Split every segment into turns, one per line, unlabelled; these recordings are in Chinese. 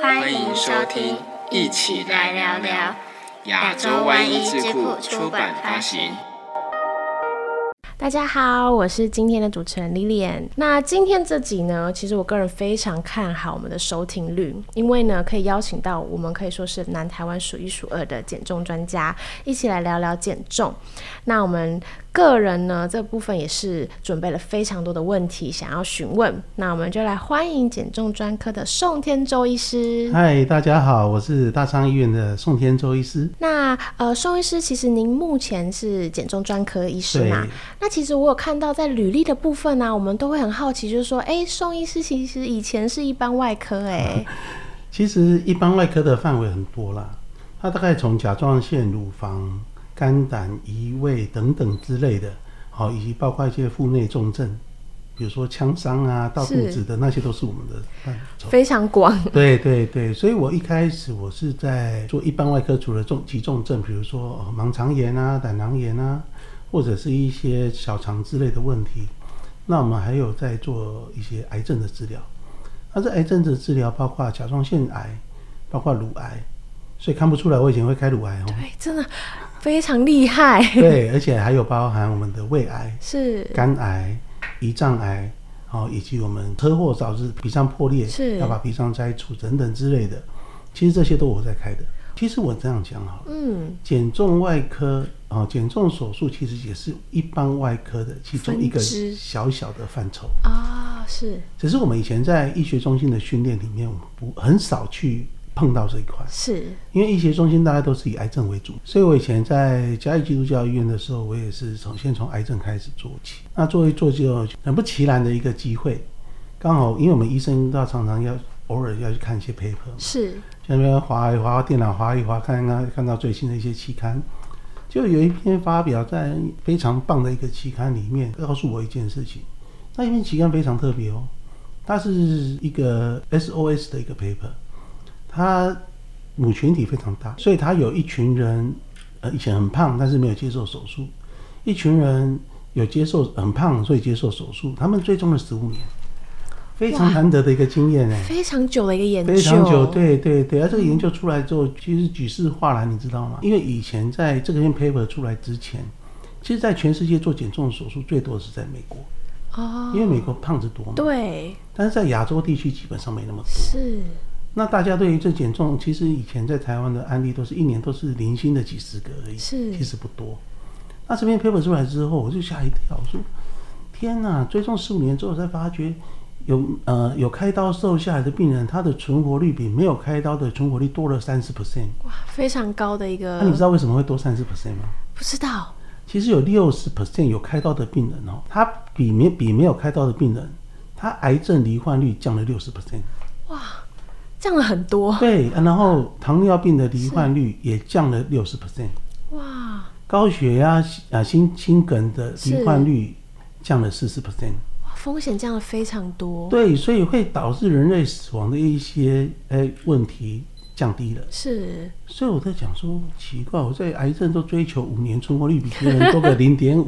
欢迎收听，一起来聊聊。亚洲湾一智库出版发行。
大家好，我是今天的主持人 Lilian。那今天这集呢，其实我个人非常看好我们的收听率，因为呢，可以邀请到我们可以说是南台湾数一数二的减重专家，一起来聊聊减重。那我们个人呢，这部分也是准备了非常多的问题想要询问，那我们就来欢迎减重专科的宋天舟医师。
嗨，大家好，我是大昌医院的宋天舟医师。
那宋医师，其实您目前是减重专科医师嘛？那其实我有看到在履历的部分啊，我们都会很好奇，就是说，宋医师其实以前是一般外科
其实一般外科的范围很多啦，它大概从甲状腺、乳房、肝胆、胰胃等等之类的，以及包括一些腹内重症，比如说枪伤啊、到肚子的那些，都是我们的范畴，
非常广。
对对对，所以我一开始我是在做一般外科，除了急重症，比如说盲肠炎啊、胆囊炎啊，或者是一些小肠之类的问题。那我们还有在做一些癌症的治疗。那这癌症的治疗包括甲状腺癌，包括乳癌，所以看不出来我以前会开乳癌
对，真的非常厉害。
对，而且还有包含我们的胃癌、
是
肝癌、胰脏癌，以及我们车祸导致脾脏破裂，要把脾脏摘除等等之类的。其实这些都我在开的。其实我这样讲好了，减重外科减重手术其实也是一般外科的其中一个小小的范畴
是。
只是我们以前在医学中心的训练里面，我们很少去碰到这一块，是因为医学中心大家都是以癌症为主，所以我以前在嘉义基督教医院的时候，我也是先从癌症开始做起。那做一做就很不其然的一个机会，刚好因为我们医生都常常偶尔要去看一些 paper， 是在那边滑一滑电脑，滑一滑看到最新的一些期刊，就有一篇发表在非常棒的一个期刊里面，告诉我一件事情。那一篇期刊非常特别它是一个 SOS 的一个 paper， 它母群体非常大，所以它有一群人以前很胖但是没有接受手术，一群人有接受很胖所以接受手术，他们追踪了15年，非常难得的一个经验
非常久的一个研究，
非常久，对对对。这个研究出来之后，其实举世哗然，你知道吗？因为以前在这篇 paper 出来之前，其实在全世界做减重手术最多的是在美国，因为美国胖子多嘛，对。但是在亚洲地区基本上没那么多，是。那大家对于这减重，其实以前在台湾的案例都是一年都是零星的几十个而已，是，其实不多。那这篇 paper 出来之后，我就吓一跳，我说天哪！追踪15年之后才发觉，有开刀瘦下来的病人，他的存活率比没有开刀的存活率多了30%。
哇，非常高的一个。
那你知道为什么会多30%吗？
不知道。
其实有60% 有开刀的病人他比没有开刀的病人，他癌症罹患率降了60%。
哇，降了很多。对，
然后糖尿病的罹患率也降了60%。哇，高血压心梗的罹患率降了40%。
风险降了非常多，
对，所以会导致人类死亡的一些问题降低了。是，所以我在讲说，奇怪，我在癌症都追求5年存活率比别人多个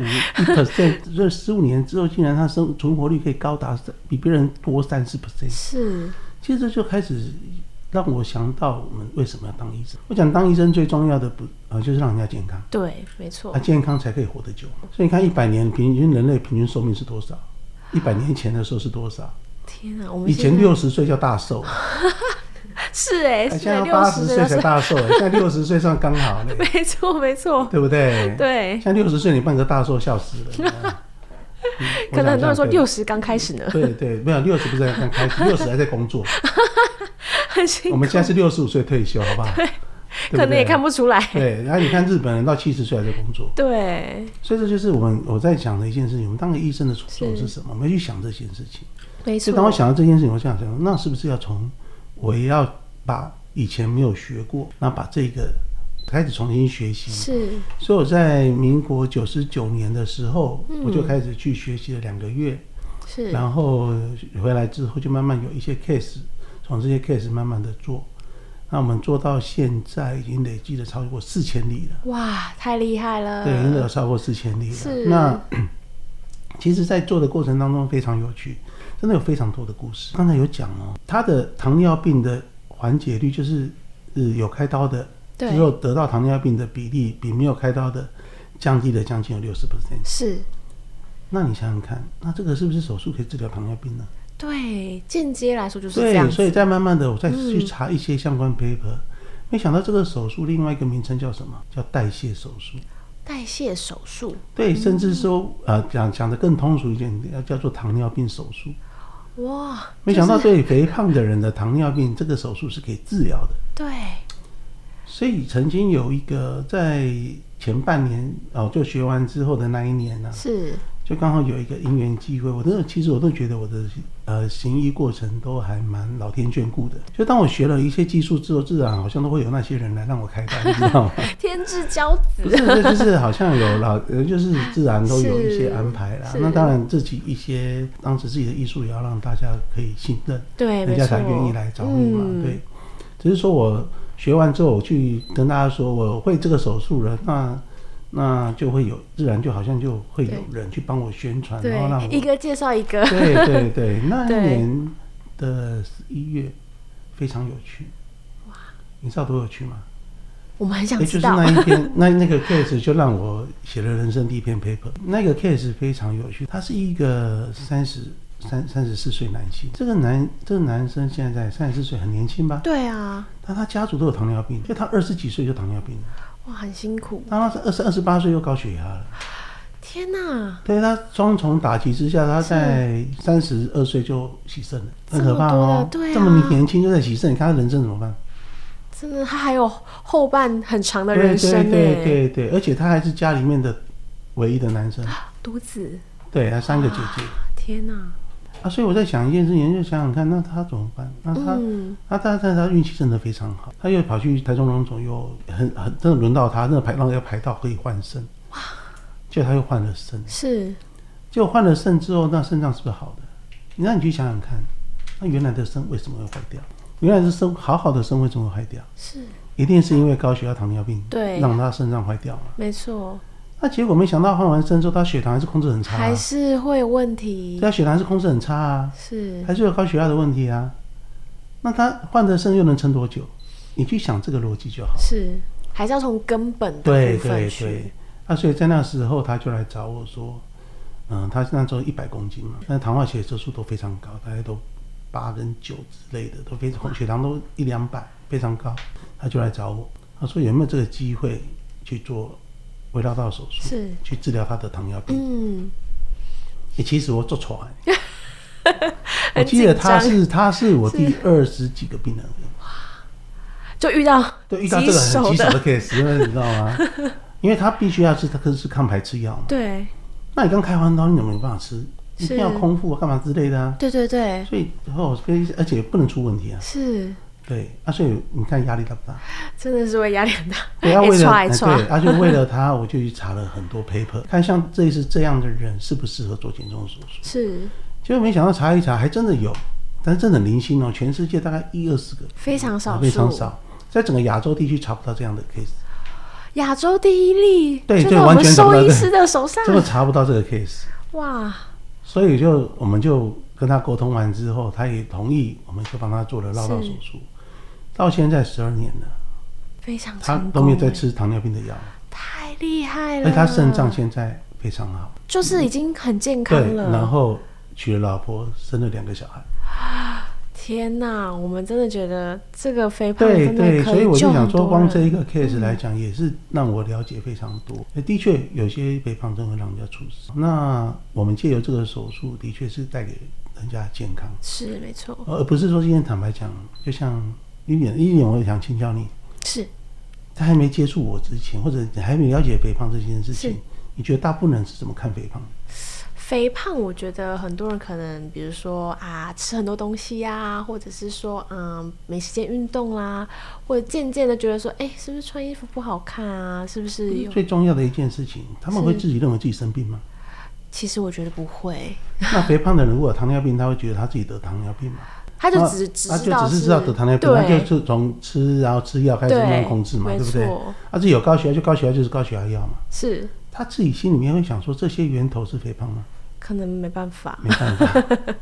0.5%，这15年之后，竟然他存活率可以高达比别人多30%。是，其实这就开始让我想到我们为什么要当医生。我讲当医生最重要的就是让人家健康。对，没错。健康才可以活得久。所以你看100年人类平均寿命是多少？100年前的时候是多少？天啊，我们以前60岁叫大寿，
是现
在80岁才大寿，现在60岁算刚好了。
没错没错，
对不对？
对，
现在60岁你办个大寿笑死了。
可能很多人说60刚开始呢。
对对，没有60不是刚开始，60还在工作，
很辛苦。
我们现在是65岁退休，好不好？对，
可能也看不出来。
对，然后你看日本人到70岁还在工作。对，所以这就是我在讲的一件事情。我们当个医生的初衷是什么？我们要去想这件事情。没错。当我想到这件事情，我想那是不是我也要把以前没有学过，那把这个开始重新学习。是。所以我在民国99年的时候，我就开始去学习了2个月。是。然后回来之后，就慢慢有一些 case， 从这些 case 慢慢的做。那我们做到现在已经累积了超过4000例了。哇，太厉害了！对，已经有超过4000例了。是。那其实在做的过程当中非常有趣，真的有非常多的故事。刚才有讲他的糖尿病的缓解率，就是有开刀的之后得到糖尿病的比例比没有开刀的降低了将近有 60%。
是。
那你想想看，那这个是不是手术可以治疗糖尿病呢？
对，间接来说就是这样子。
对，所以再慢慢的我再去查一些相关 paper，没想到这个手术另外一个名称叫什么？叫代谢手术。
代谢手术。
对，甚至说讲的更通俗一点，要叫做糖尿病手术。
哇！
没想到对肥胖的人的糖尿病，这个手术是可以治疗的。
对。
所以曾经有一个在前半年就学完之后的那一年呢，是就刚好有一个因缘机会，其实我都觉得我的行医过程都还蛮老天眷顾的。就当我学了一些技术之后，自然好像都会有那些人来让我开刀，你知道吗？
天之骄子。
不是，就是好像有就是自然都有一些安排啦。那当然自己当时自己的艺术也要让大家可以信任，对，人家才愿意来找你嘛。对，只是说我学完之后，我去跟大家说我会这个手术了，那就会有自然就好像就会有人去帮我宣传，然后让我
一个介绍一个。
对对对，那一年的11月非常有趣。哇，你知道多有趣吗？
我们很想知道。
就是那一篇那个 case 就让我写了人生第一篇 paper。那个 case 非常有趣，他是一个34岁男性。这个男生现在34岁，很年轻吧？
对啊。但
他家族都有糖尿病，所以他20几岁就糖尿病了。
哇，很辛苦。
他28岁又高血压了。
天哪！
对，他双重打击之下，他在32岁就洗肾了，很可怕哦。对啊，这么年轻就在洗肾，你看他人生怎么办？
真的，他还有后半很长的人生。
对，而且他还是家里面的唯一的男生，
独子。对，
他3个姐姐。天哪！所以我在想一件事情，就想想看，那他怎么办？那他运气真的非常好，他又跑去台中荣总，又真的轮到他，那个要排到可以换肾，哇！结果他又换了肾，是，结果换了肾之后，那肾脏是不是好的？你去想想看，那原来的肾为什么会坏掉？原来的肾好的肾为什么会坏掉？是，一定是因为高血压、糖尿病，对，让他肾脏坏掉嘛。没错。那结果没想到换完肾之后，他血糖还是控制很差，还是会有问题。他血糖还是控制很差啊，是，还是有高血压的问题啊。那他换的肾又能撑多久？你去想这个逻辑就好。是，还是要从根本的部分去。对。所以在那时候他就来找我说，他那时候100公斤嘛，但是糖化血色素都非常高，大概都8跟9之类的，都非常血糖都100-200，非常高。他就来找我，他说有没有这个机会去做微绕道手术，是去治疗他的糖尿病。其实我做错了，我记得他是我第20几个病人，就遇到这个很棘手的 case， 你知道吗？因为他必须要是抗排斥药嘛。对。那你刚开完刀，你怎么没办法吃？一定要空腹干嘛之类的啊？对。所以而且不能出问题啊。是。对所以你看压力大不大？真的是会压力很大。对，就为了他，我就去查了很多 paper， 看像这次这样的人适不适合做减重手术。是，结果没想到查一查，还真的有，但是真的很零星哦，全世界大概1-20个，非常少，非常少，在整个亚洲地区查不到这样的 case。亚洲第一例，对，就完全找不到，兽医师的手上，真的查不到这个 case。哇！所以我们就跟他沟通完之后，他也同意，我们就帮他做了绕道手术。到现在12年了，非常成功，他都没有在吃糖尿病的药，太厉害了。而且他肾脏现在非常好，就是已经很健康了。然后娶了老婆，生了2个小孩。天哪，我们真的觉得这个肥胖真的可以救很多人。对，所以我就想说，光这一个 case 来讲，也是让我了解非常多。的确，有些肥胖真的会让人家猝死。那我们借由这个手术，的确是带给人家健康，是没错，而不是说今天坦白讲，就像一点，我也想请教你，是在还没接触我之前，或者你还没了解肥胖这件事情，你觉得大部分人是怎么看肥胖？肥胖，我觉得很多人可能，比如说吃很多东西啊，或者是说没时间运动啦，或者渐渐的觉得说，是不是穿衣服不好看啊？是不是最重要的一件事情？他们会自己认为自己生病吗？其实我觉得不会。那肥胖的人如果有糖尿病，他会觉得他自己得糖尿病吗？他就只知道得糖尿病，他就是从吃然后吃药开始慢慢控制嘛，对不对？自己有高血压，就高血压就是高血压药嘛。是。他自己心里面会想说，这些源头是肥胖吗？可能没办法。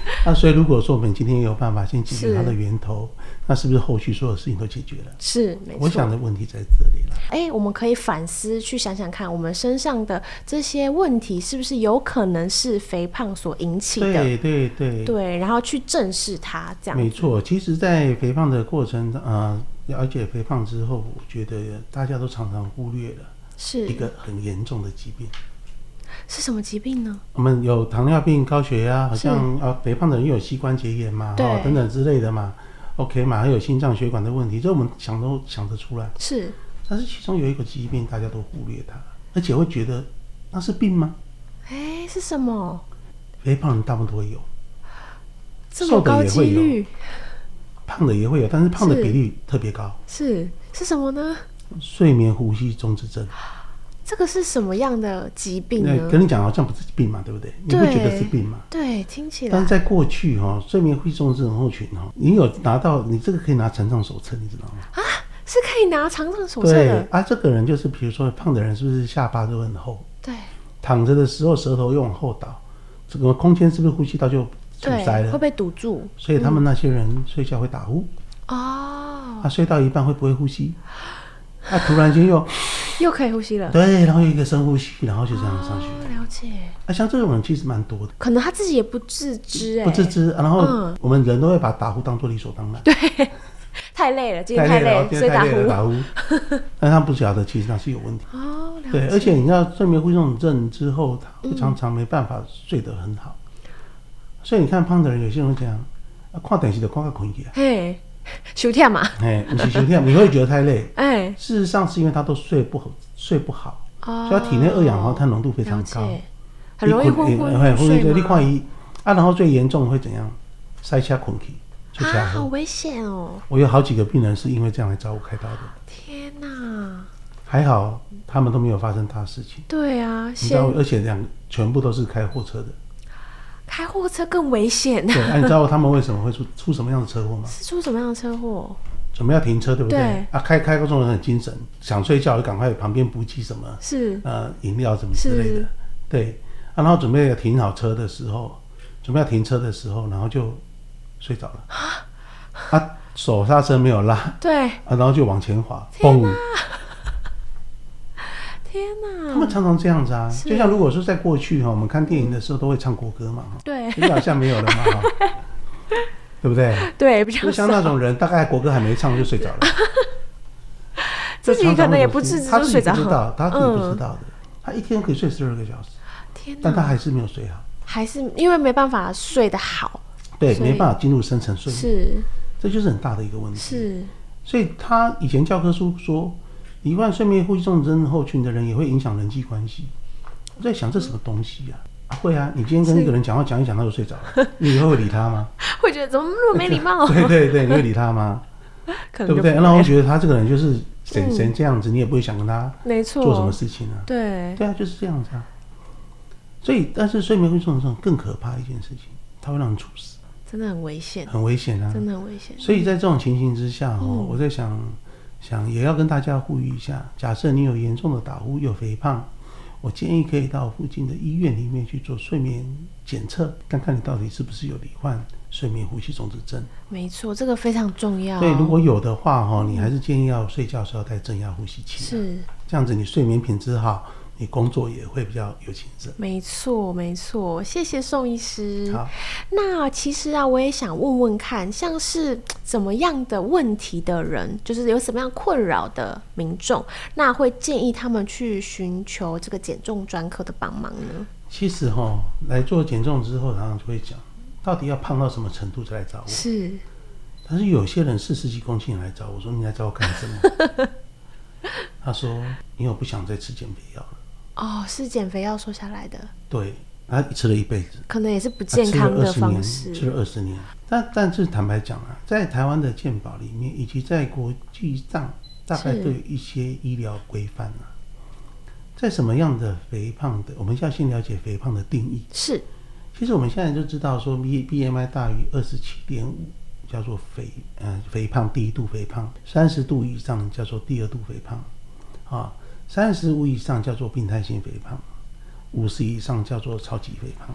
那所以如果说我们今天有办法先解决它的源头，那是不是后续所有事情都解决了？
是，没错。
我想的问题在这里了。
我们可以反思去想想看，我们身上的这些问题是不是有可能是肥胖所引起的？对，然后去正视它，这样子。
没错，其实在肥胖的过程了解肥胖之后，我觉得大家都常常忽略了是一个很严重的疾病。
是什么疾病呢？
我们有糖尿病、高血压，好像肥胖的人又有膝关节炎嘛，等等之类的嘛 ，OK 嘛，还有心脏血管的问题，这我们想都想得出来。
是，
但是其中有一个疾病大家都忽略它，而且会觉得那是病吗？
是什么？
肥胖人大部分都会有，
这么高几率，
胖的也会有，但是胖的比例特别高。
是什么呢？
睡眠呼吸中止症。
这个是什么样的疾病呢？
跟你讲好像不是病嘛，对不对？你会觉得是病嘛？
对，听起来。
但是在过去睡眠呼吸中止症候群你有拿到，你这个可以拿残障手册，你知道吗？
是可以拿残障手册的。
对这个人就是比如说胖的人，是不是下巴都很厚？
对。
躺着的时候舌头又往后倒，这个空间是不是呼吸道就阻塞了？
会被堵住。
所以他们那些人睡觉会打呼。睡到一半会不会呼吸？突然间
又可以呼吸了。
对，然后有一个深呼吸，然后就这样上去。
了解。
像这种人其实蛮多的，
可能他自己也不自知
不自知。然后我们人都会把打呼当作理所当然。
对，太累了，今天太累了，所以打呼。
但他不晓得其实那是有问题。
了解。
对，而且你知道睡眠呼吸中止症之后，他会常常没办法睡得很好。所以你看胖的人，有些人会这样，看电视就看到困去
休天嘛，
不是休天，你会觉得太累。事实上是因为他都睡不好，所以他体内二氧化碳浓度非常高，
很容易昏睡
你看然后最严重会怎样？塞车困去，
好危险哦！
我有好几个病人是因为这样来找我开刀的。
天哪！
还好他们都没有发生大事情。
对啊，
你知道，而且全部都是开货车的。
开货车更危险。
对，你知道他们为什么会出什么样的车祸吗？
是出什么样的车祸？
准备要停车，对不对？开过程很精神，想睡觉就赶快旁边补给什么，饮料什么之类的。对，然后准备要停好车的时候，然后就睡着了。手刹车没有拉，
对，
然后就往前滑，嘣！
天哪！
他们常常这样子就像如果说在过去我们看电影的时候都会唱国歌嘛，
对，
现在好像没有了嘛，对不对？
对，比较
就像那种人，大概国歌还没唱就睡着了，
自己可能也不自知就睡着了，
他自己不知道的，他一天可以睡12个小时，
天哪！
但他还是没有睡好，
还是因为没办法睡得好，
对，没办法进入深层睡眠，
是，
这就是很大的一个问题，
是，
所以他以前教科书说。罹患睡眠呼吸中止症候群的人也会影响人际关系。我在想这什么东西会你今天跟一个人讲话讲一讲他就睡着了，你以后会理他吗？
会觉得怎么那么没礼貌？
对，你会理他吗？对不对？然后我觉得他这个人就是神这样子，你也不会想跟他做什么事情
对啊，
就是这样子所以，但是睡眠呼吸中止症更可怕一件事情，它会让人猝死，
真的很危险，
很危险
真的很危险。
所以在这种情形之下我在想也要跟大家呼吁一下，假设你有严重的打呼有肥胖，我建议可以到附近的医院里面去做睡眠检测，看看你到底是不是有罹患睡眠呼吸中止症。没
错，这个非常重要。
对，如果有的话你还是建议要睡觉的时候戴正压呼吸器，
是
这样子，你睡眠品质好，你工作也会比较有精神。
没错，没错，谢谢宋医师。
好，
那其实我也想问问看，像是怎么样的问题的人，就是有什么样困扰的民众，那会建议他们去寻求这个减重专科的帮忙呢？
其实来做减重之后，常常就会讲，到底要胖到什么程度再来找我？
是，
但是有些人40几公斤来找我，说你来找我干什么？他说因为我不想再吃减肥药了。
是减肥药瘦下来的。
对，他吃了一辈子，
可能也是不健康的方式，
吃了20年。但是坦白讲在台湾的健保里面，以及在国际上，大概都有一些医疗规范在什么样的肥胖的，我们要先了解肥胖的定义。
是，
其实我们现在就知道说 BMI 大于27.5叫做肥胖，第一度肥胖；30度以上叫做第二度肥胖，35以上叫做病态性肥胖，50以上叫做超级肥胖。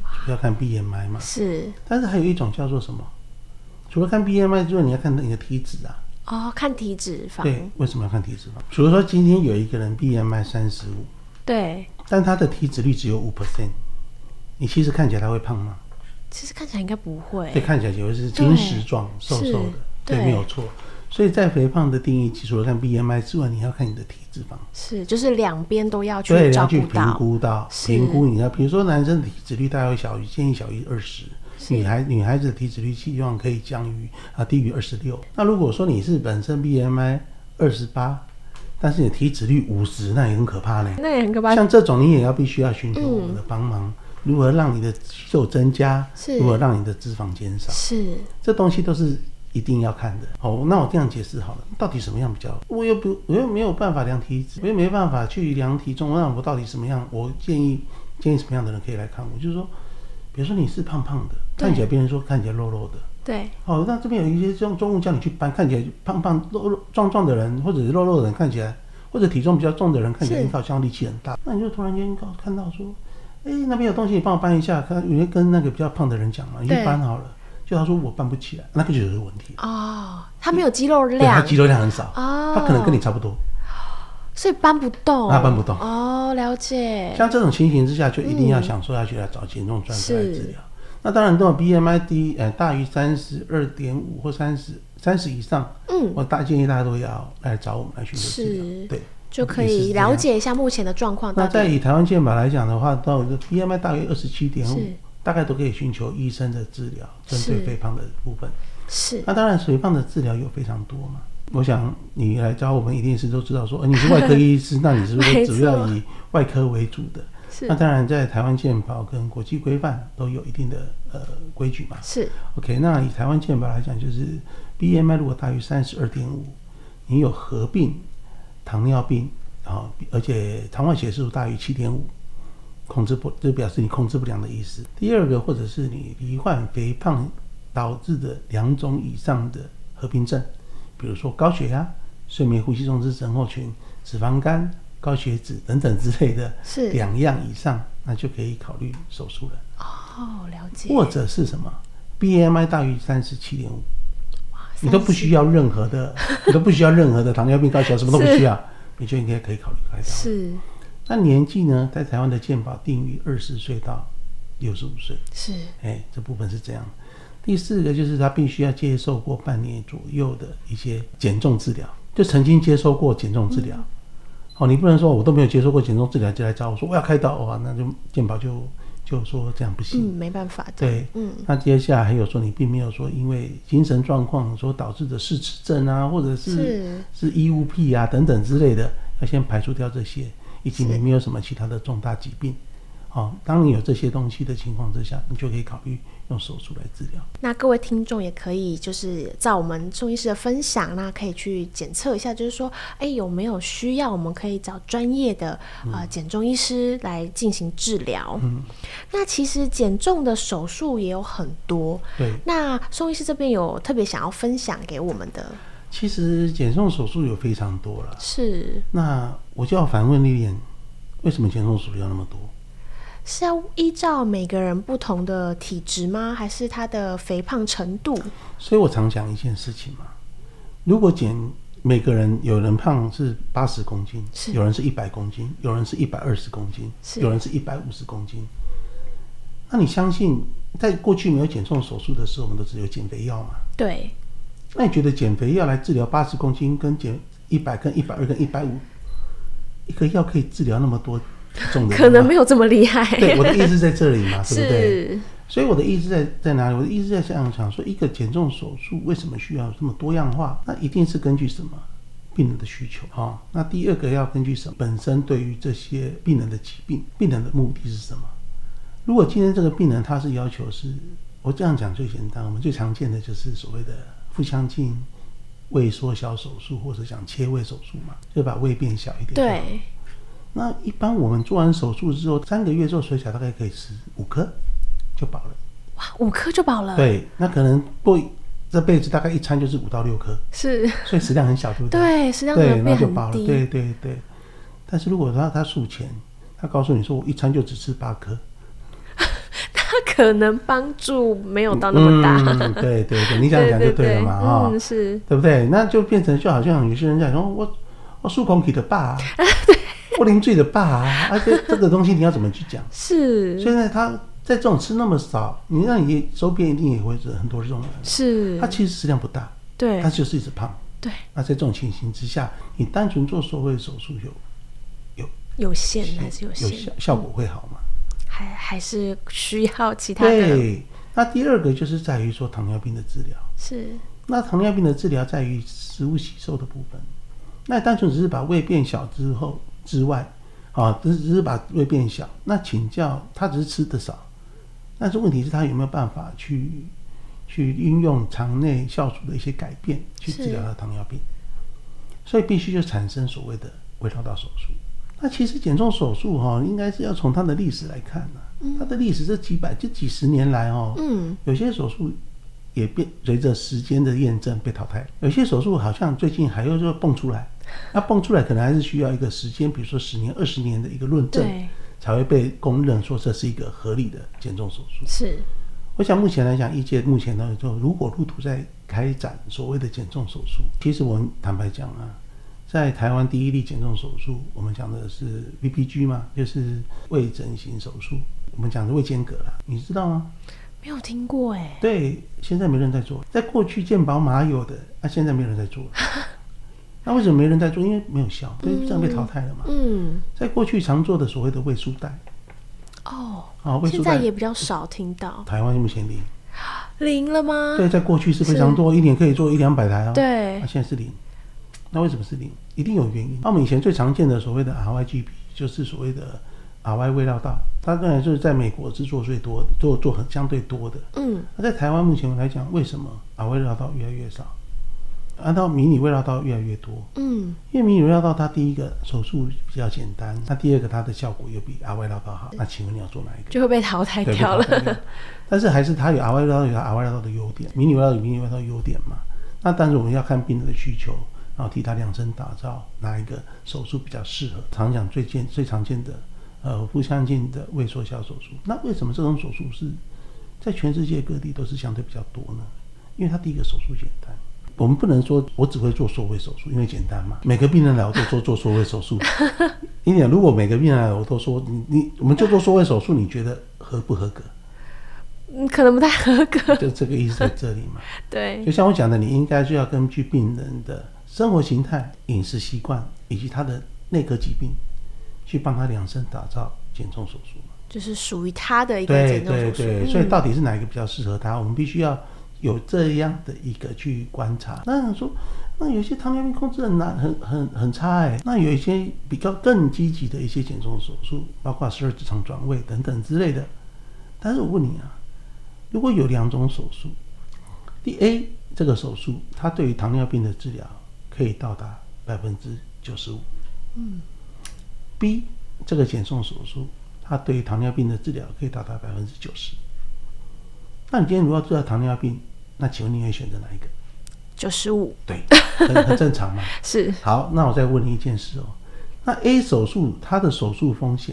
要看 BMI 嘛。
是。
但是还有一种叫做什么？除了看 BMI 之外，你要看你的体脂啊。
哦，看体脂肪。
对，为什么要看体脂肪？比如说今天有一个人 BMI 35，
对，
但他的体脂率只有 5%， 你其实看起来他会胖吗？
其实看起来应该不会。
对，看起来就会是精实状、瘦瘦的，对，没有错。所以在肥胖的定义，除了看 BMI 之外，你要看你的体脂肪。
是，就是两边都要去照顾到，
对，要去评估你要，比如说男生的体脂率大概建议小于20。女孩子的体脂率希望可以低于26。那如果说你是本身 BMI 28，但是你的体脂率50，那也很可怕呢。
那也很可怕。
像这种你也必须要寻求我们的帮忙，如何让你的肌肉增加，如何让你的脂肪减少，是这东西都是一定要看的。那我这样解释好了，到底什么样比较？我又没有办法量体脂，我又没办法去量体重，那我到底什么样？我建议什么样的人可以来看我？就是说，比如说你是胖胖的，看起来别人说看起来肉肉的，对，那这边有一些中午叫你去搬，看起来胖胖壮壮的人，或者是肉肉的人，看起来或者体重比较重的人，看起来好像力气很大，那你就突然间看到说，那边有东西，你帮我搬一下。你会跟那个比较胖的人讲嘛，你去搬好了。就他说我搬不起来，那个就是问题
哦。他没有肌肉量，
对，他肌肉量很少哦，他可能跟你差不多，
所以搬不动。
他搬不动
哦，了解。
像这种情形之下，就一定要想说要去来找减重专科来治疗。那当然，如果 BMI 低大于32.5或30以上，我建议大家都要来找我们来寻求治疗，对，
就可以了解一下目前的状况。
那在以台湾健保来讲的话，到 BMI 大于27.5。大概都可以寻求医生的治疗，针对肥胖的部分。是。那当然，肥胖的治疗有非常多嘛。我想你来找我们，一定是都知道说，你是外科医师，那你是不是主要以外科为主的？是。那当然，在台湾健保跟国际规范都有一定的规矩嘛。是。OK， 那以台湾健保来讲，就是 BMI 如果大于32.5，你有合并糖尿病，而且糖化血素大于7.5。就表示你控制不良的意思。第二个，或者是你罹患肥胖导致的2种以上的合并症，比如说高血压、睡眠呼吸中止症候群、脂肪肝、高血脂等等之类的，2样以上，那就可以考虑手术了。哦，了解。或者是什么 BMI 大于37.5，你都不需要任何的，糖尿病、高血压什么都不需要，你就应该可以考虑开刀。是。那年纪呢，在台湾的健保定于20岁到65岁，是，这部分是这样。第4个就是他必须要接受过半年左右的一些减重治疗，就曾经接受过减重治疗。你不能说我都没有接受过减重治疗就来找我说我要开刀，那就健保就说这样不行，
没办法的。
对，那接下来还有说你并没有说因为精神状况所导致的失智症啊，或者是异物癖啊等等之类的，要先排除掉这些。以及你没有什么其他的重大疾病，当你有这些东西的情况之下，你就可以考虑用手术来治疗。
那各位听众也可以就是照我们宋医师的分享，那可以去检测一下，就是说，有没有需要，我们可以找专业的减重医师来进行治疗。那其实减重的手术也有很多，对。那宋医师这边有特别想要分享给我们的？
其实减重手术有非常多了，
是。那
我就要反问丽莲，为什么减重手术要那么多？
是要依照每个人不同的体质吗？还是他的肥胖程度？
所以我常讲一件事情嘛，如果每个人，有人胖是80公斤，有人是100公斤，有人是120公斤，有人是150公斤。那你相信，在过去没有减重手术的时候，我们都只有减肥药嘛？对。那你觉得减肥药来治疗80公斤跟减100跟120跟150，一个药可以治疗那么多体重的人吗？
可能没有这么厉害。
对，我的意思在这里嘛，对不对？所以我的意思在哪里？我的意思在想说，一个减重手术为什么需要这么多样化？那一定是根据什么病人的需求啊？那第二个要根据什么？本身对于这些病人的疾病，病人的目的是什么？如果今天这个病人他是要求是，我这样讲最简单，我们最常见的就是所谓的腹腔镜胃缩小手术，或者讲切胃手术嘛，就把胃变小一点。对。那一般我们做完手术之后，3个月之后水饺大概可以吃5颗就饱了。
哇，5颗就饱了？
对，那可能过这辈子大概一餐就是5到6颗，是，所以食量很小，对不对？
对，食量可能变很低，
那就饱了。对对对。但是如果他术前，他告诉你说我一餐就只吃8颗，
他可能帮助没有到那么大。
对对对，你这样讲就对了嘛，
是，
对不对？那就变成就好像有些人讲说，我数空体的爸，我零醉的爸而且这个东西你要怎么去讲？
是，
所以呢，他在这种吃那么少，你让你周边一定也会是很多这种人，
是，
他其实食量不大，
对，
他就是一直胖，
对。
那在这种情形之下，你单纯做缩胃手术
有限还是有限？
效果会好吗？
还是需要其他的。
对，那第二个就是在于说糖尿病的治疗。
是。那
糖尿病的治疗在于食物吸收的部分。那单纯只是把胃变小之外，只是把胃变小。那请教他只是吃得少，但是问题是他有没有办法去运用肠内酵素的一些改变去治疗他的糖尿病？所以必须就产生所谓的胃绕道手术。那其实减重手术应该是要从它的历史来看它的历史这几十年来有些手术也随着时间的验证被淘汰，有些手术好像最近还又就蹦出来，那蹦出来可能还是需要一个时间，比如说10年、20年的一个论证，才会被公认说这是一个合理的减重手术。
是，
我想目前来讲，医界目前呢，就如果路途在开展所谓的减重手术，其实我们坦白讲在台湾第一例减重手术，我们讲的是 VPG 嘛，就是胃整形手术，我们讲的胃间隔啦，你知道吗？
没有听过哎。
对，现在没人在做，在过去健保马有的，现在没人在做。那为什么没人在做？因为没有效，所以这样被淘汰了嘛。在过去常做的所谓的胃束带，
现在也比较少听到。
台湾目前
零了吗？
对，在过去是非常多，一年可以做100-200台
对，
现在是零。那为什么是零？一定有原因。我们以前最常见的所谓的 RYGP 就是所谓的 RY 胃绕道，它当然就是在美国是做最多的，做很相对多的。那在台湾目前来讲，为什么 RY 胃绕道越来越少？按照迷你胃绕道越来越多。因为迷你胃绕道它第一个手术比较简单，那第二个它的效果又比 RY 绕道好。那请问你要做哪一个？
就会被淘汰掉了。
但是还是它有 RY 绕道有 RY 绕道的优点，迷你胃绕道有迷你胃绕道的优点嘛。那但是我们要看病人的需求，然后替他量身打造哪一个手术比较适合。常讲最常见的腹腔镜的胃缩小手术。那为什么这种手术是在全世界各地都是相对比较多呢？因为它第一个手术简单。我们不能说我只会做缩胃手术，因为简单嘛。每个病人来我都做缩胃手术。你讲如果每个病人来我都说我们就做缩胃手术，你觉得合不合格？
可能不太合格。
就这个意思在这里嘛。
对，
就像我讲的，你应该就要根据病人的生活形态、饮食习惯以及他的内科疾病，去帮他量身打造减重手术嘛。
就是属于他的一个减重手术。
对，所以到底是哪一个比较适合他，我们必须要有这样的一个去观察。那说，那有些糖尿病控制很难，很差那有一些比较更积极的一些减重手术，包括12指肠转位等等之类的。但是我问你如果有2种手术，第 A 这个手术，它对于糖尿病的治疗可以到达95%。B 这个减重手术，它对于糖尿病的治疗可以达到90%。那你今天如果治疗糖尿病，那请问你会选择哪一个
？95%。
对，很正常嘛。
是。
好，那我再问你一件事那 A 手术它的手术风险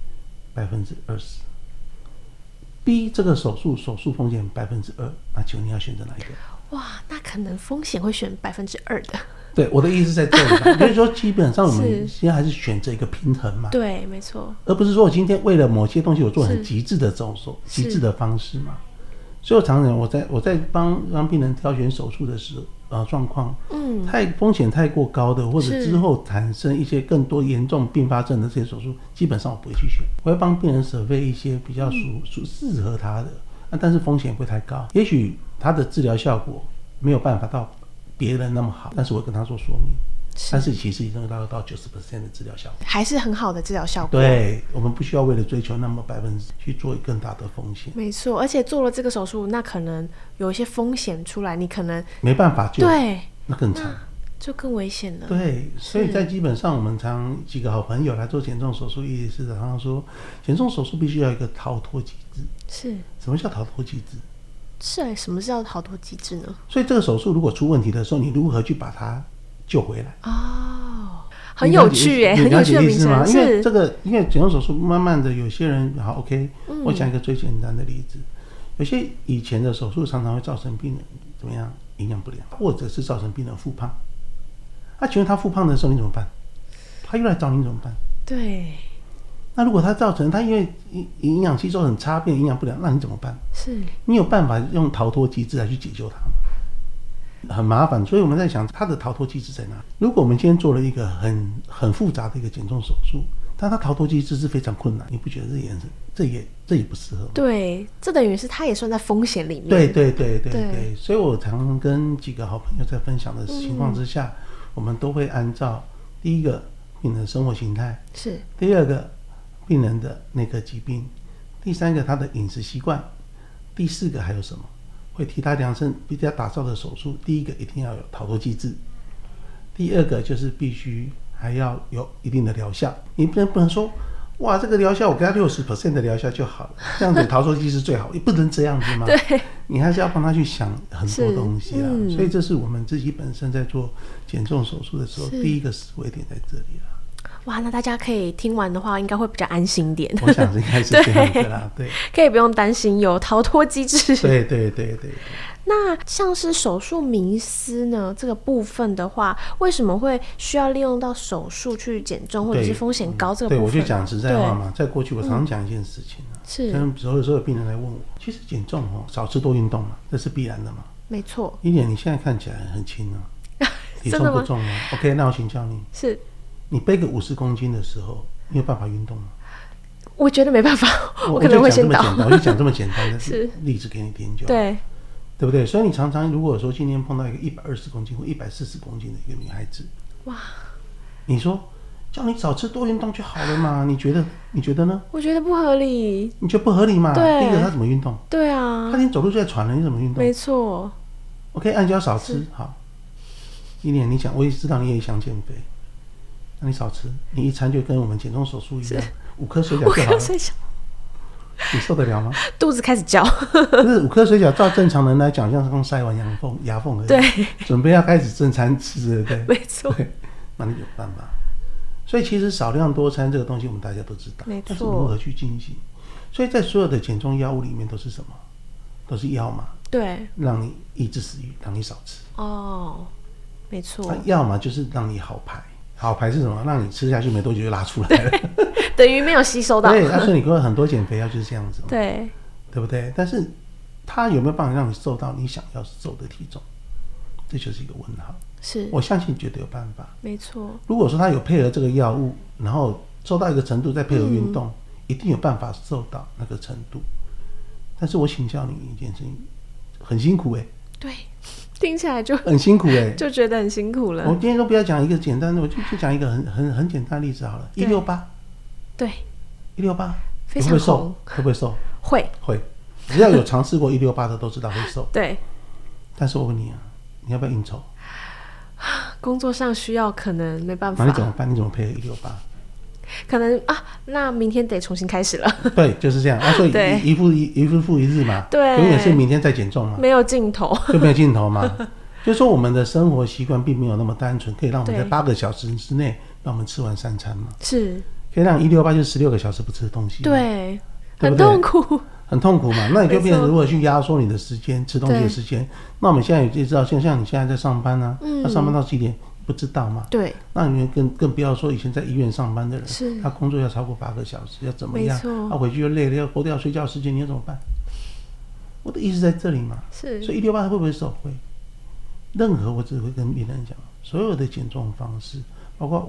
20%。B 这个手术风险2%，那请问你要选择哪一个？
哇，那可能风险会选2%的。
对，我的意思在这里嘛，就是说基本上我们现在还是选择一个平衡嘛。
对，没错。
而不是说我今天为了某些东西我做很极致的极致的方式嘛。所以我常常我在帮病人挑选手术的时候状况，风险太过高的，或者之后产生一些更多严重并发症的这些手术，基本上我不会去选。我会帮病人舍备一些比较适合他的，但是风险不会太高。也许他的治疗效果没有办法到别人那么好，但是我跟他做说明。但是其实已经达到90% 的治疗效果，还
是很好的治疗效果。
对，我们不需要为了追求那么去做更大的风险。
没错，而且做了这个手术，那可能有一些风险出来，你可能
没办法救，
对，
那更惨，
就更危险了。
对，所以在基本上我们常几个好朋友来做减重手术，意思是常常说，减重手术必须要有一个逃脱机制。
是，
什么叫逃脱机制？
是什么叫逃脱机制呢？
所以这个手术如果出问题的时候，你如何去把它救回来？
很有趣耶，很有趣的名称。
因为这个，因为减重手术慢慢的有些人好 OK，我讲一个最简单的例子，有些以前的手术常常会造成病人怎么样营养不良，或者是造成病人复胖。请问他复胖的时候你怎么办？他又来找你怎么办？
对。
那如果他造成他因为营养吸收很差变营养不良，那你怎么办？
是
你有办法用逃脱机制来去解救他吗？很麻烦，所以我们在想他的逃脱机制在哪里？如果我们今天做了一个很复杂的一个减重手术，但他逃脱机制是非常困难，你不觉得这也不适合吗？
对，这等于是他也算在风险里面。
对，所以我常跟几个好朋友在分享的情况之下，我们都会按照第一个病人的生活形态，
是
第二个病人的那个疾病，第三个他的饮食习惯，第四个还有什么？会替他量身替他打造的手术，第一个一定要有逃脱机制，第二个就是必须还要有一定的疗效。你不能说哇这个疗效我给他60% 的疗效就好了，这样子逃脱机制最好，也不能这样子嘛。
对，
你还是要帮他去想很多东西啦。所以这是我们自己本身在做减重手术的时候第一个思维点在这里啦。
哇，那大家可以听完的话应该会比较安心点。
我想应该是这样子啦。对，
可以不用担心有逃脱机制。
对。
那像是手术迷思呢这个部分的话，为什么会需要利用到手术去减重或者是风险高这个部分？
对，我就讲实在话嘛，在过去我常讲一件事情
是
所有病人来问我，其实减重少吃多运动嘛，这是必然的嘛。
没错。
一点你现在看起来很轻体重不重啊。OK， 那我请教你，
是
你背个50公斤的时候，你有办法运动吗？
我觉得没办法，我可能会先倒。
我就讲这么简单的例子给你听就好。对不对？所以你常常如果说今天碰到一个120公斤或140公斤的一个女孩子，哇，你说叫你少吃多运动就好了嘛？你觉得呢？我觉得不合理。你觉得不合理嘛？第一个她怎么运动？对啊，她连走路就在喘了，你怎么运动？没错。OK， 按脚少吃好。一年你讲，我也知道你也想减肥。那你少吃，你一餐就跟我们减重手术一样，5颗水饺就好了。你受得了吗？肚子开始叫。不是5颗水饺，照正常人来讲，像刚塞完牙缝而已。对，准备要开始正餐吃，对不对？没错。那你有办法。所以其实少量多餐这个东西，我们大家都知道，没错。但是如何去进行？所以在所有的减重药物里面都是什么？都是药嘛。对。让你抑制食欲，让你少吃。哦，没错。药嘛，就是让你好排。好排是什么？让你吃下去没多久就拉出来了，等于没有吸收到。对，所以你说很多减肥药就是这样子嘛，对不对？但是它有没有办法让你瘦到你想要瘦的体重？这就是一个问号。是，我相信绝对有办法。没错。如果说他有配合这个药物，然后瘦到一个程度，再配合运动，一定有办法瘦到那个程度。但是我请教你一件事情，很辛苦对。听起来就很辛苦就觉得很辛苦了。我今天都不要讲一个简单的，我就讲一个很简单的例子好了。168，对，168，非常红，会不会瘦？会，只要有尝试过168的都知道会瘦。对，但是我问你啊，你要不要应酬？工作上需要，可能没办法。那你怎么办？你怎么配合168？可能那明天得重新开始了。对，就是这样所以一日复一日嘛，对，永远是明天再减重嘛，没有尽头，就没有尽头嘛。就是说我们的生活习惯并没有那么单纯，可以让我们在8个小时之内让我们吃完3餐嘛，是可以让168就是16个小时不吃的东西，对，很痛苦，很痛苦嘛。那你就变成如何去压缩你的时间，吃东西的时间。那我们现在也知道，像你现在在上班啊，那上班到几点？不知道嘛？对，那你更不要说以前在医院上班的人，是他工作要超过8个小时，要怎么样？他回去又累了，要扣掉睡觉时间，你要怎么办？我的意思在这里嘛。是，所以168会不会瘦？会。任何我只会跟病人讲，所有的减重方式，包括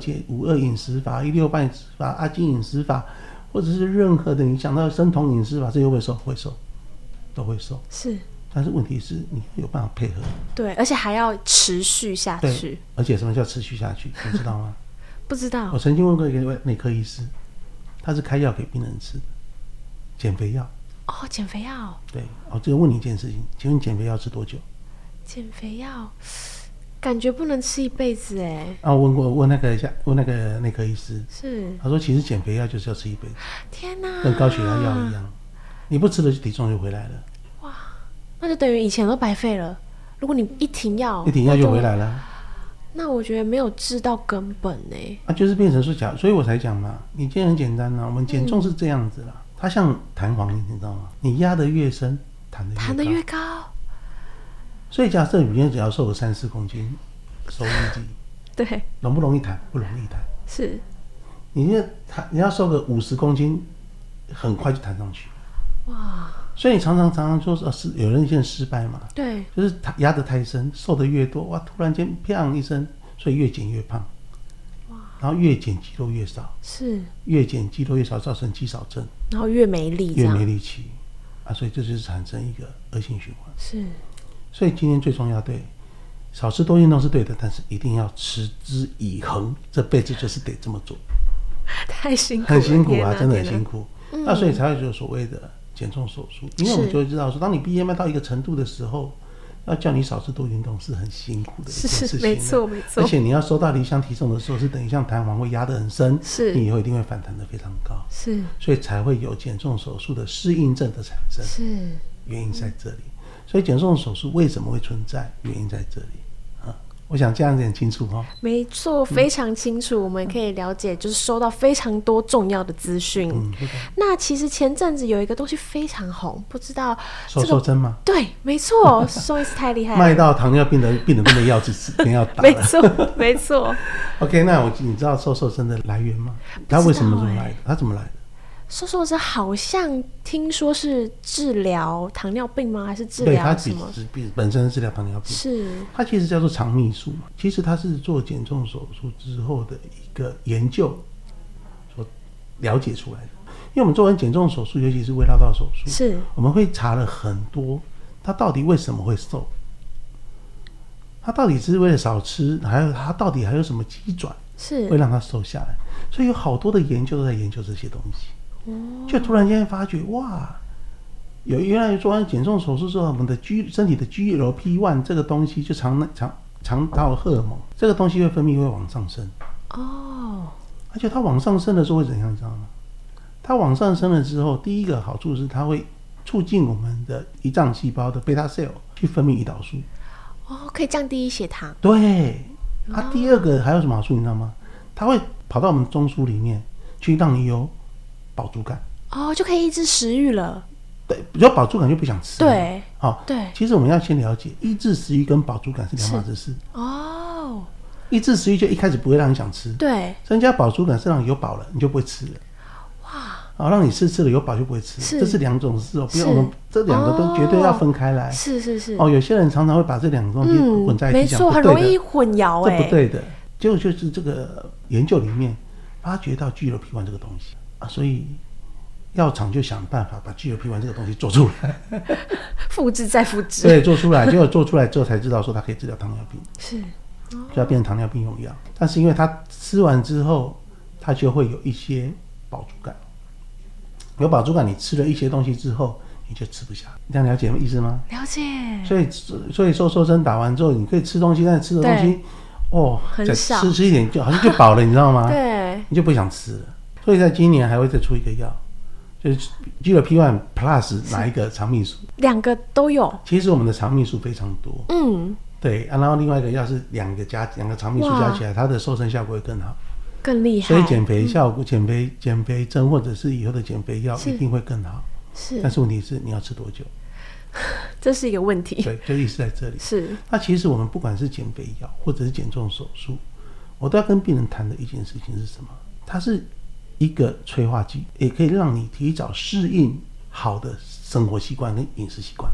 52饮食法、168饮食法、阿金饮食法，或者是任何的你想到生酮饮食法，这些会瘦，会瘦，都会瘦。是。但是问题是你有办法配合，对，而且还要持续下去。而且什么叫持续下去？你知道吗？不知道。我曾经问过一个内科医师，他是开药给病人吃的，减肥药。哦，减肥药。对，就问你一件事情，请问减肥药吃多久？减肥药感觉不能吃一辈子我问那个内科医师，是他说其实减肥药就是要吃一辈子。天哪，跟高血压药一样，你不吃了体重就回来了。那就等于以前都白费了。如果你一停药就回来了。
那我觉得没有治到根本呢。
就是变成说所以我才讲嘛，你今天很简单我们减重是这样子啦，它像弹簧，你知道吗？你压得越深，弹得越高。所以假设你今天只要瘦个3-4公斤，收1季，
对，
容不容易弹？不容易弹。
是，
你要瘦个50公斤，很快就弹上去。哇！所以你常常说是有人现在失败嘛？
对，
就是压得太深，瘦得越多，哇，突然间砰一声，所以越减越胖。哇！然后越减肌肉越少，
是，
越减肌肉越少，造成肌少症，
然后越没力，
越没力气所以这就是产生一个恶性循环。
是，所
以今天最重要，对，少吃多运动是对的，但是一定要持之以恒，这辈子就是得这么做。
太辛苦了，
很辛苦真的很辛苦。那所以才会有所谓的减重手术，因为我们就会知道说，当你 BMI 到一个程度的时候，要叫你少吃多运动是很辛苦的一件事情。
没错没错。
而且你要收到理想体重的时候，是等于像弹簧会压得很深，
是，
你以后一定会反弹得非常高。
是，
所以才会有减重手术的适应症的产生。
是，
原因在这里。所以减重手术为什么会存在？原因在这里。我想这样子很清楚
没错，非常清楚。我们可以了解，就是收到非常多重要的资讯。那其实前阵子有一个东西非常红，不知道
瘦针吗？
对，没错，宋医师太厉害了，
卖到糖尿病的病人都没药治，没要打了。
没错，没错。
OK， 那你知道瘦针的来源吗？它为什么这么来的？它怎么来的？
瘦针好像听说是治疗糖尿病吗？还是治疗什么？
对，它本身是治疗糖尿病。
是，
它其实叫做肠泌素。其实它是做减重手术之后的一个研究所了解出来的。因为我们做完减重手术，尤其是胃绕道手术，
是
我们会查了很多，它到底为什么会瘦？它到底是为了少吃，还有它到底还有什么机转是会让它瘦下来？所以有好多的研究都在研究这些东西。就突然间发觉，哇，原来做完减重手术之后，我们的身体的 GLP-1 这个东西，就肠道荷尔蒙这个东西会分泌，会往上升。而且它往上升的时候会怎样，你知道吗？它往上升了之后，第一个好处是它会促进我们的胰脏细胞的贝塔 cell 去分泌胰岛素。
可以降低血糖。
对。第二个还有什么好处，你知道吗？它会跑到我们中枢里面去，让你有饱足感。
就可以抑制食欲了。
对，有饱足感就不想吃了。
对，对。
其实我们要先了解，抑制食欲跟饱足感是两码子事。抑制食欲就一开始不会让你想吃。
对。
增加饱足感是让你有饱了，你就不会吃了。哇！让你吃了有饱就不会吃，这是两种事不要我们这两个都绝对要分开来。
是。
有些人常常会把这两个东西混在一起，
没错，很容易混淆。
这不对的。结果就是这个研究里面发觉到 GLP-1 这个东西所以药厂就想办法把 GLP-1 这个东西做出来，
复制再复制。
对，做出来，结果做出来之后才知道说它可以治疗糖尿病，
是，
就要变成糖尿病用药。但是因为它吃完之后，它就会有一些饱足感，有饱足感，你吃了一些东西之后，你就吃不下。你这样了解意思吗？
了解。
所以瘦针打完之后，你可以吃东西，但是吃的东西
很少，
再吃一点就好像就饱了，你知道吗？
对，
你就不想吃了。所以在今年还会再出一个药，就是 GLP-1 Plus 哪一个肠泌素？
两个都有。其
实我们的肠泌素非常多。对然后另外一个药是两个肠泌素加起来，它的瘦身效果会更好，
更厉害。
所以减肥效果、减肥针或者是以后的减肥药一定会更好。是，但是问题是你要吃多久？
这是一个问题。
对，就意思在这里。
是。
那其实我们不管是减肥药或者是减重手术，我都要跟病人谈的一件事情是什么？它是一个催化剂，也可以让你提早适应好的生活习惯跟饮食习惯。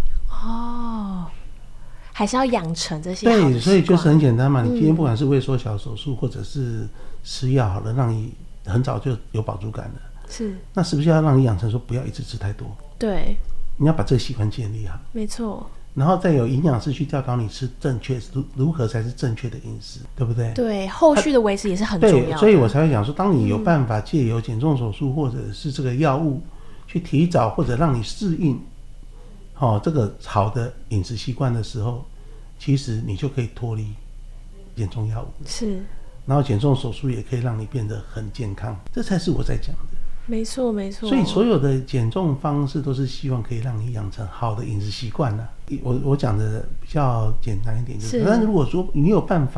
还是要养成这些好的习惯。
对，所以就是很简单嘛。你今天不管是胃缩小手术，或者是吃药好了，让你很早就有饱足感了。
是。
那是不是要让你养成说不要一直吃太多？
对。
你要把这个习惯建立好。
没错。
然后再有营养师去教导你吃正确，如何才是正确的饮食，对不对？
对，后续的维持也是很重要的。
对，所以我才会讲说，当你有办法借由减重手术或者是这个药物去提早或者让你适应这个好的饮食习惯的时候，其实你就可以脱离减重药物。
是。
然后减重手术也可以让你变得很健康，这才是我在讲的。
没错没错。
所以所有的减重方式都是希望可以让你养成好的饮食习惯我讲的比较简单一点，就是但是如果说你有办法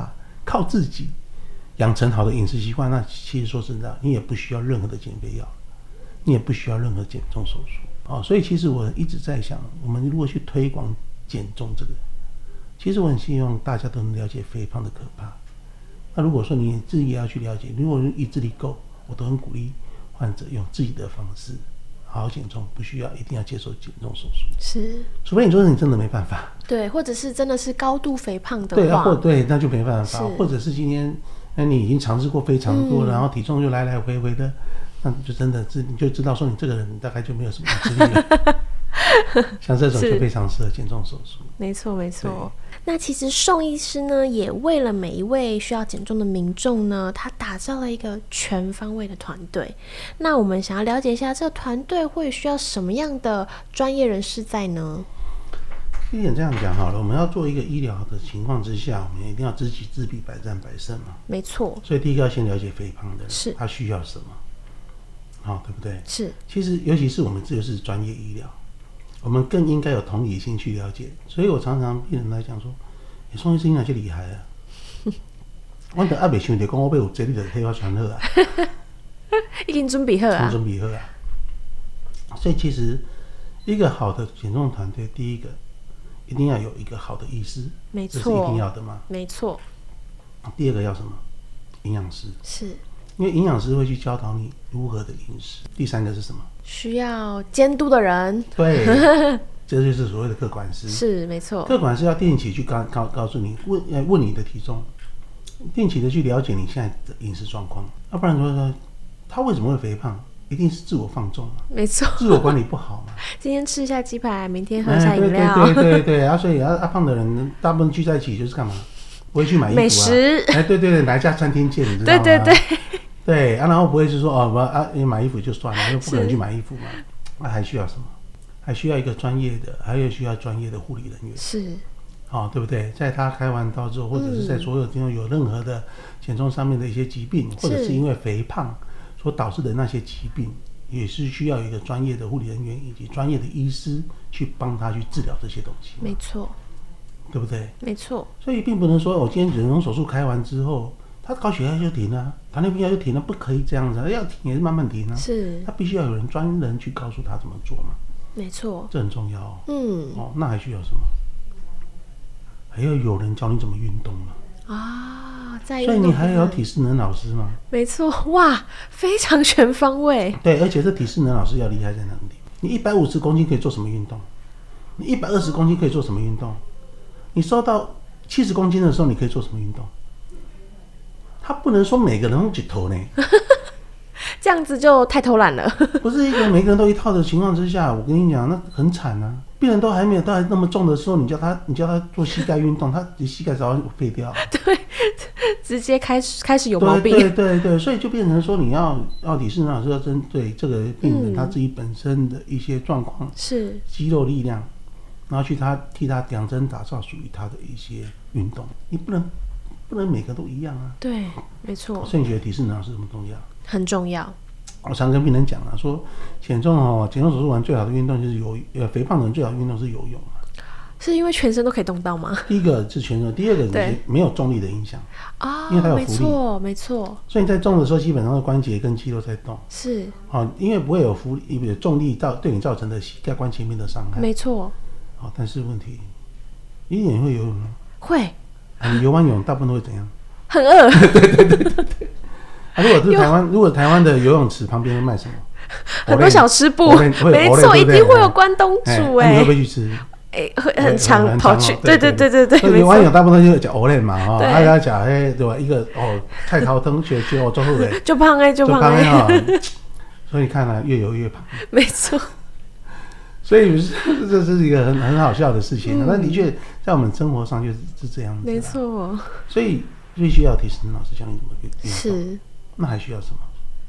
靠自己养成好的饮食习惯，那其实说实在，你也不需要任何的减肥药，你也不需要任何减重手术。所以其实我一直在想，我们如果去推广减重这个，其实我很希望大家都能了解肥胖的可怕。那如果说你自己也要去了解，如果意志力够，我都很鼓励患者用自己的方式好好减重，不需要一定要接受减重手术，
是，
除非你说你真的没办法，
对，或者是真的是高度肥胖的话，
对，那就没办法，或者是今天你已经尝试过非常多，然后体重就来来回回的，那就真的你就知道说你这个人大概就没有什么意志力了。像这种就非常适合减重手术。
没错没错。那其实宋医师呢，也为了每一位需要减重的民众呢，他打造了一个全方位的团队。那我们想要了解一下，这个团队会需要什么样的专业人士在呢？
一点这样讲好了，我们要做一个医疗的情况之下，我们一定要知己知彼，百战百胜嘛。
没错。
所以第一个要先了解肥胖的人，
是
他需要什么，对不对？
是。其
实尤其是我们这就是专业医疗，我们更应该有同理心去了解。所以我常常病人来讲说，宋医师哪去厉害啊？我就还没想到讲我要有这里的黑化传好啊，
已经准备好啊，
准备好啊。所以其实一个好的减重团队，第一个一定要有一个好的医师，
没错，
这是一定要的嘛。
没错。
第二个要什么？营养师，
是
因为营养师会去教导你如何的饮食。第三个是什么？
需要监督的人。
对，这就是所谓的客管师。
是没错，
客管师要定期去告诉你，问你的体重，定期的去了解你现在的饮食状况，要不然说他为什么会肥胖？一定是自我放纵嘛，
没错，
自我管理不好嘛。
今天吃一下鸡排，明天喝一下饮料。
对，所以胖的人大部分聚在一起就是干嘛？不会去买衣服啊，
美食。
对，哪一家餐厅见，你知道吗？对，然后不会是说买衣服就算了，又不可能去买衣服嘛。那还需要什么？还需要一个专业的，还有需要专业的护理人员。
是，
对不对？在他开完刀之后，或者是在所有地方有任何的减重上面的一些疾病，或者是因为肥胖所导致的那些疾病，也是需要一个专业的护理人员以及专业的医师去帮他去治疗这些东西。
没错，
对不对？
没错。
所以并不能说我今天减重手术开完之后，他高血压就停了，糖尿病就停了，不可以这样子，要停也是慢慢停啊。
是，
他必须要有专人去告诉他怎么做嘛。
没错，
这很重要。那还需要什么？还要有人教你怎么运动嘛。所以你还有体适能老师吗？
没错，哇，非常全方位。
对，而且这体适能老师要厉害在哪里？你150公斤可以做什么运动？你120公斤可以做什么运动？你瘦到70公斤的时候，你可以做什么运动？他不能说每个人都一头呢，
这样子就太偷懒了。
不是一个每个人都一套的情况之下，我跟你讲，那很惨啊。病人都还没有到那么重的时候，你叫他做膝盖运动，他膝盖早就废掉。
对，直接开始有毛病。
对，所以就变成说，你要体适能老师要针对这个病人他自己本身的一些状况，
是
肌肉力量，然后替他量身打造属于他的一些运动。你不能每个都一样啊。
对，没错。
所以你觉得体适能老师很重要？
很重要。
我常跟病人讲啊，说减重手术完最好的运动就是肥胖的人最好的运动是游泳啊。
是因为全身都可以动到吗？
第一个是全身，第二个是没有重力的影响啊，因为它有浮力。
没错。
所以你在重的时候，基本上的关节跟肌肉在动。
是。
因为不会有浮力、有重力对你造成的膝盖关节面的伤害。
没错。
但是问题，一点会游泳吗？
会。
你游完泳大部分都会怎样？
很饿。
对。如果台湾的游泳池旁边会卖什么？
很多小吃部，没错，一定会有关东煮。
你会不会去吃？
会很常跑去。对。
游完泳大部分都是讲蚵仔嘛，大家讲对吧？一个菜头汤学做好嘞，
就胖
所以你看啊，越游越胖。
没错。
所以这是一个很好笑的事情，但的确在我们生活上就是这样子。
没错。
所以必须要体适能老师教你怎么运动。
是。
那还需要什么？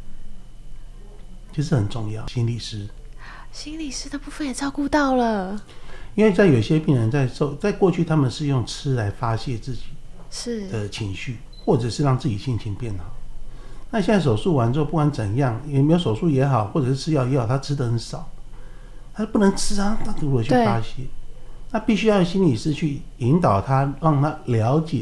其实很重要，心理师
的部分也照顾到了。
因为在有些病人在过去他们是用吃来发泄自己的情绪，或者是让自己心情变好。那现在手术完之后，不管怎样，有没有手术也好，或者是吃药也好，他吃的很少，他不能吃啊，他如何去发泄？那必须要有心理师去引导他，让他了解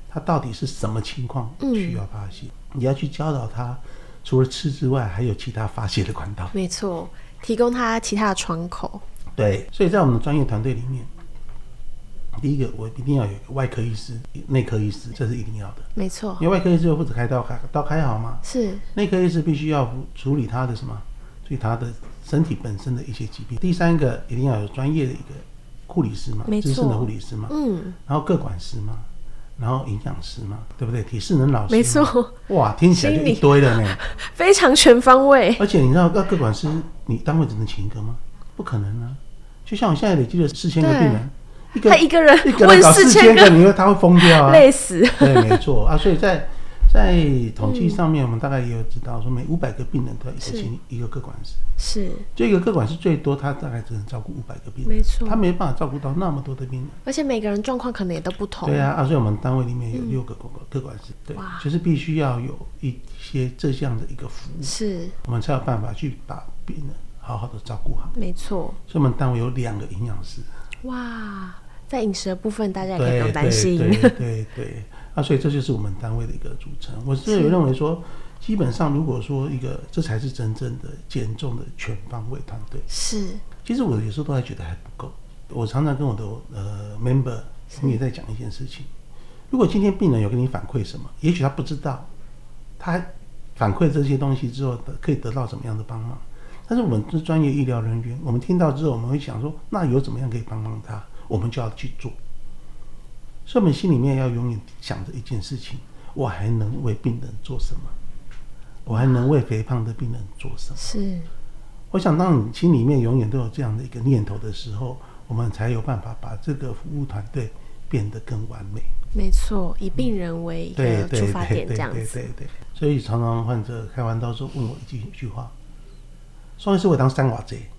他到底是什么情况需要发泄，你要去教导他，除了吃之外，还有其他发泄的管道。
没错，提供他其他的窗口。对，
所以在我们的专业团队里面，第一个我一定要有一个外科医师、内科医师，这是一定要的。没错，因为外科医师负责开刀，刀开好嘛。是。内科医师必须要处理他的什么？处理他的身体本身的一些疾病。第三个一定要有专业的一个护理师嘛，资深的护理师嘛。然后个管师嘛。然后营养师嘛，对不对？体适能老师，没错。哇，听起来就一堆了呢，
非常全方位。
而且你知道，要个管师，你单位只能请一个吗？不可能啊！就像我现在累积了4000个病人，
他一个人
搞4000个，你以为他会疯掉啊？
累死。
对，没错啊。所以在统计上面，我们大概也有知道说，每500个病人都要请一个个管师。是，就一个个管师最多，他大概只能照顾500个病人。没错，他没办法照顾到那么多的病人，
而且每个人状况可能也都不同。
对啊，所以我们单位里面有6个个管师，对，就是必须要有一些这样的一个服务，是，我们才有办法去把病人好好的照顾好。没错，所以我们单位有2个营养师。哇，
在饮食的部分，大家也可以不用担心。
对。所以这就是我们单位的一个组成。我是有认为说，基本上如果说这才是真正的减重的全方位团队。是。其实我有时候都还觉得还不够。我常常跟我的member 我们也在讲一件事情。如果今天病人有跟你反馈什么，也许他不知道，他反馈这些东西之后可以得到什么样的帮忙。但是我们是专业医疗人员，我们听到之后，我们会想说，那有怎么样可以帮忙他，我们就要去做。所以我们心里面要永远想着一件事情，我还能为病人做什么？我还能为肥胖的病人做什么？是，我想当你心里面永远都有这样的一个念头的时候，我们才有办法把这个服务团队变得更完美。
没错，以病人为一个出发点，这样子。
对。所以常常患者开完刀之后问我一句话：宋医师，我当3瓦贼。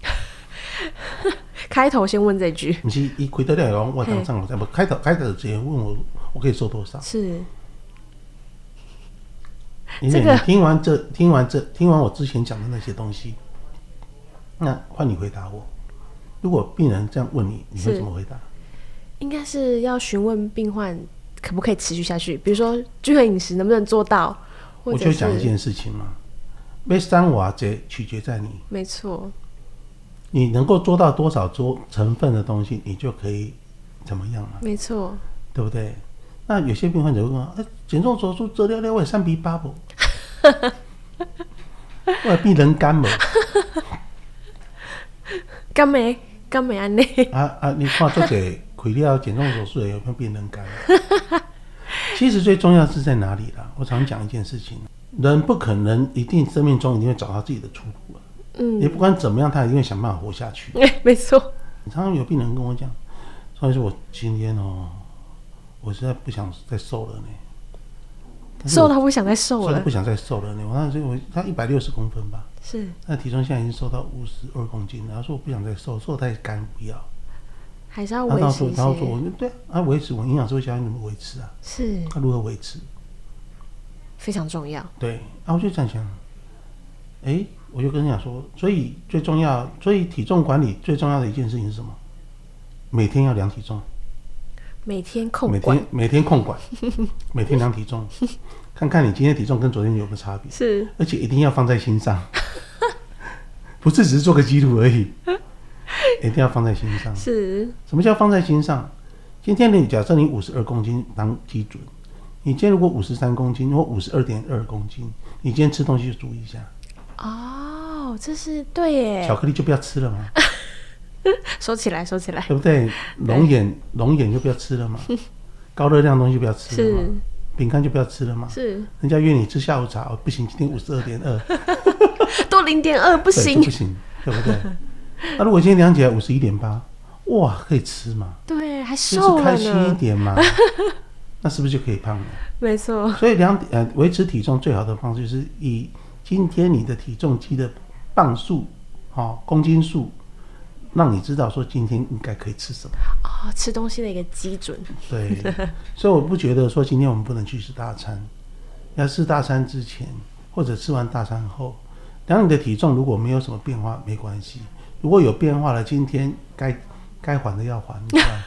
开头先问这句，
不是他开刀了我当3瓦贼，不开头直接问我可以收多少？是。因为你听完我之前讲的那些东西，那换你回答我。如果病人这样问你，你会怎么回答？
应该是要询问病患可不可以持续下去，比如说均衡饮食能不能做到。
我就讲一件事情嘛，要3瓦贼取决在你。
没错。
你能够做到多少成分的东西，你就可以怎么样嘛？
没错，
对不对？那有些病患者会问：减重手术做了我3比8不？我病人干不？
干没这样
你看这个开了减重手术的有没有病人干？其实最重要是在哪里啦？我常讲一件事情：人不可能一定生命中一定会找到自己的出路。也不管怎么样，他一定会想办法活下去。
没错。
常常有病人跟我讲，所以说我今天我实在不想再瘦了呢。
瘦到不想再瘦了。
不想再瘦了呢。他160公分吧。是。他体重现在已经瘦到52公斤了。然后说我不想再瘦，瘦太干不要。
还是要维持一些。
然后说我对啊，维持我营养师会教你怎么维持啊。是。他如何维持？
非常重要。
对。我就这样想。我就跟人讲说，所以体重管理最重要的一件事情是什么？每天要量体重，
每天控管，
每天控管，每天量体重，看看你今天体重跟昨天有没有差别。是，而且一定要放在心上，不是只是做个记录而已，一定要放在心上。是，什么叫放在心上？今天假设你52公斤当基准，你今天如果53公斤或52.2公斤，你今天吃东西就注意一下。
这是对耶，
巧克力就不要吃了嘛。
收起来，
对不对？龙眼就不要吃了嘛。高热量的东西就不要吃了嘛。饼干就不要吃了嘛。是。人家约你吃下午茶，不行，今天52.2，
多0.2不行，
不行，对不对？那如果今天量起来51.8，哇，可以吃嘛？
对，还瘦了呢。
就是开心一点嘛。那是不是就可以胖了？
没错。
所以维持体重最好的方式就是以今天你的体重机的磅数、公斤数，让你知道说今天应该可以吃什么。
吃东西的一个基准。
对，所以我不觉得说今天我们不能去吃大餐，要吃大餐之前或者吃完大餐后，量你的体重如果没有什么变化没关系，如果有变化了，今天该还的要还，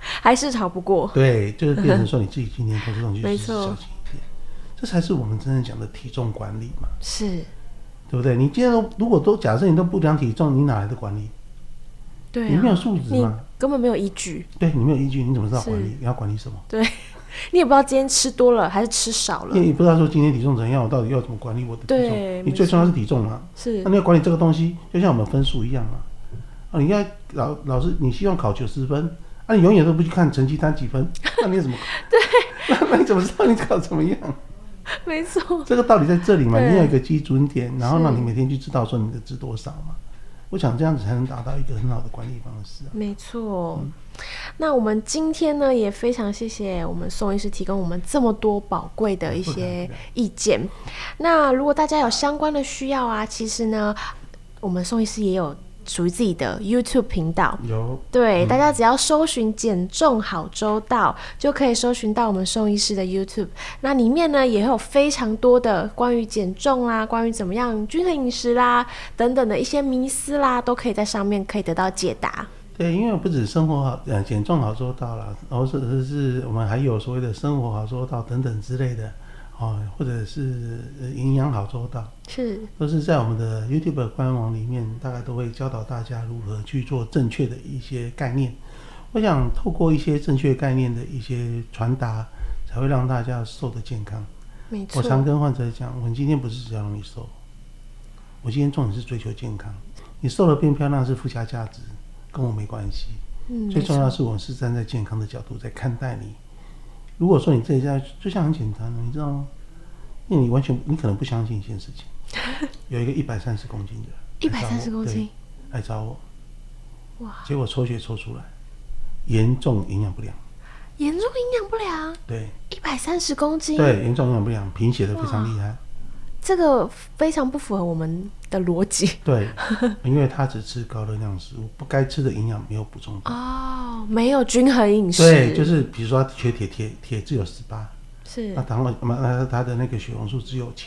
还是吵不过。
对，就是变成说你自己今天投资东西
没错，
小心一点，这才是我们真正讲的体重管理嘛。
是，
对不对？你今天如果都假设你都不量体重，你哪来的管理？
对、啊，
你没有数值嘛，
根本没有依据。
对，你没有依据，你怎么知道管理？你要管理什么？
对，你也不知道今天吃多了还是吃少了，
你也不知道说今天体重怎样，我到底要怎么管理我的体重？
对，
你最重要是体重嘛。
是，
那你要管理这个东西，就像我们分数一样嘛。啊，你要老师，你希望考90分，啊，你永远都不去看成绩单几分，那你怎么？对，那你怎么知道你考怎么样？
没错，
这个道理在这里嘛，你有一个基准点，然后让你每天去知道说你的值多少嘛。我想这样子才能达到一个很好的管理方式啊。
没错。那我们今天呢，也非常谢谢我们宋医师提供我们这么多宝贵的一些意见。那如果大家有相关的需要啊，其实呢，我们宋医师也有属于自己的 YouTube 频道，
有，
对，大家只要搜寻减重好周到，就可以搜寻到我们宋医师的 YouTube。那里面呢，也有非常多的关于减重啦，关于怎么样均衡饮食啦等等的一些迷思啦，都可以在上面可以得到解答。
对，因为不止生活好，减重好周到啦，然后是我们还有所谓的生活好周到等等之类的。或者是营养好周到，
是
都是在我们的 YouTube 官网里面，大概都会教导大家如何去做正确的一些概念。我想透过一些正确概念的一些传达，才会让大家瘦得健康。
没错，
我常跟患者讲，我今天不是只要让你瘦，我今天重点是追求健康。你瘦了变漂亮是附加价值，跟我没关系。最重要的是我是站在健康的角度在看待你。如果说你这一家就像很简单的，你知道吗？因为你可能不相信一件事情，有一个130公斤的
130公斤
来找我，
哇！
结果抽血抽出来严重营养不良，
严重营养不良，
对
，130公斤，
对，严重营养不良，贫血的非常厉害。
这个非常不符合我们的逻辑。
对，因为他只吃高热量食物，不该吃的营养没有补充到。
哦，没有均衡饮食。
对，就是比如说他缺铁只有18，
是
那他的那个血红素只有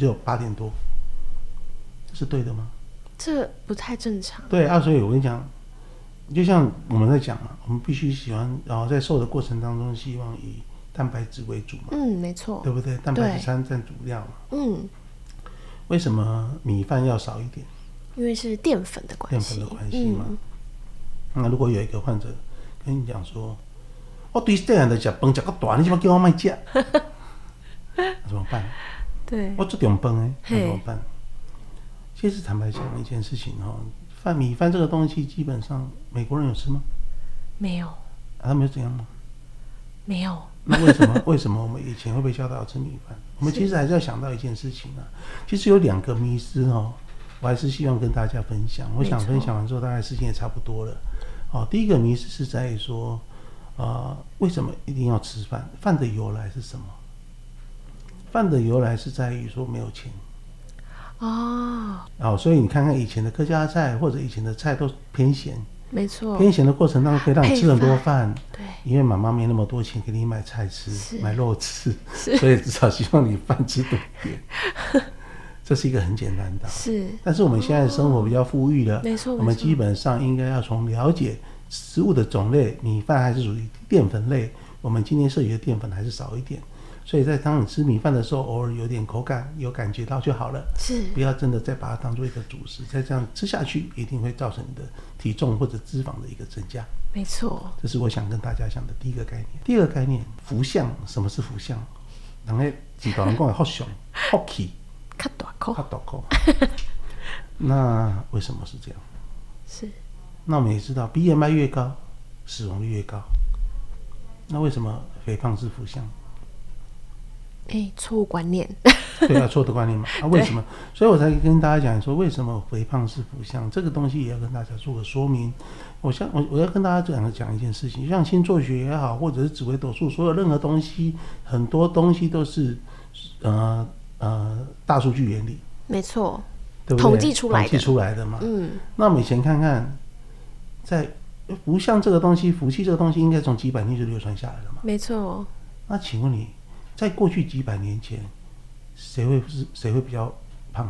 8点多，这是对的吗？
这不太正常。
对啊，所以我跟你讲，就像我们在讲嘛，我们必须喜欢，然后在瘦的过程当中，希望以蛋白质为主嘛。
没错，
对不对？蛋白质占主料嘛。为什么米饭要少一点？
因为是淀粉的关系。
嘛。那如果有一个患者跟你讲说，我对这样的吃饭吃到大，你怎么叫我别吃？怎么办？
对，
我这点饭那怎么办？其实坦白讲一件事情米饭这个东西，基本上美国人有吃吗？
没有。
他们有怎样吗？
没有。
那为什么我们以前会被教导要吃米饭？我们其实还是要想到一件事情啊。其实有2个迷思我还是希望跟大家分享。我想分享完之后，大概时间也差不多了。第一个迷思是在于说，为什么一定要吃饭？饭的由来是什么？饭的由来是在于说没有钱。所以你看看以前的客家菜或者以前的菜都偏咸。
没错，
偏咸的过程当中可以让你吃很多饭，
对，
因为妈妈没那么多钱给你买菜吃、买肉吃，所以至少希望你饭吃多一点。这是一个很简单的，
是。
但是我们现在生活比较富裕了，
没错，
我们基本上应该要从了解食物的种类，米饭还是属于淀粉类，我们今天摄取的淀粉还是少一点。所以在当你吃米饭的时候，偶尔有点口感，有感觉到就好了，
是，
不要真的再把它当做一个主食，再这样吃下去，一定会造成你的体重或者脂肪的一个增加。
没错，
这是我想跟大家讲的第一个概念。第二个概念，福相，什么是福相？人家几大人讲的福相，福气，
较大口，
较大口。那为什么是这样？
是。
那我们也知道 ，BMI 越高，死亡率越高。那为什么肥胖是福相？
错误观念。
对啊，错的观念嘛。为什么？所以我才跟大家讲说，为什么肥胖是福相？这个东西也要跟大家做个说明。我要跟大家讲一件事情，像星座学也好，或者是紫微斗数，所有任何东西，很多东西都是大数据原理。
没错，
对不对？
统计出来
的嘛。那我们以前看看，在福相这个东西，福气这个东西，应该从几百年就流传下来了嘛。
没错。
那请问你，在过去几百年前，谁会比较胖？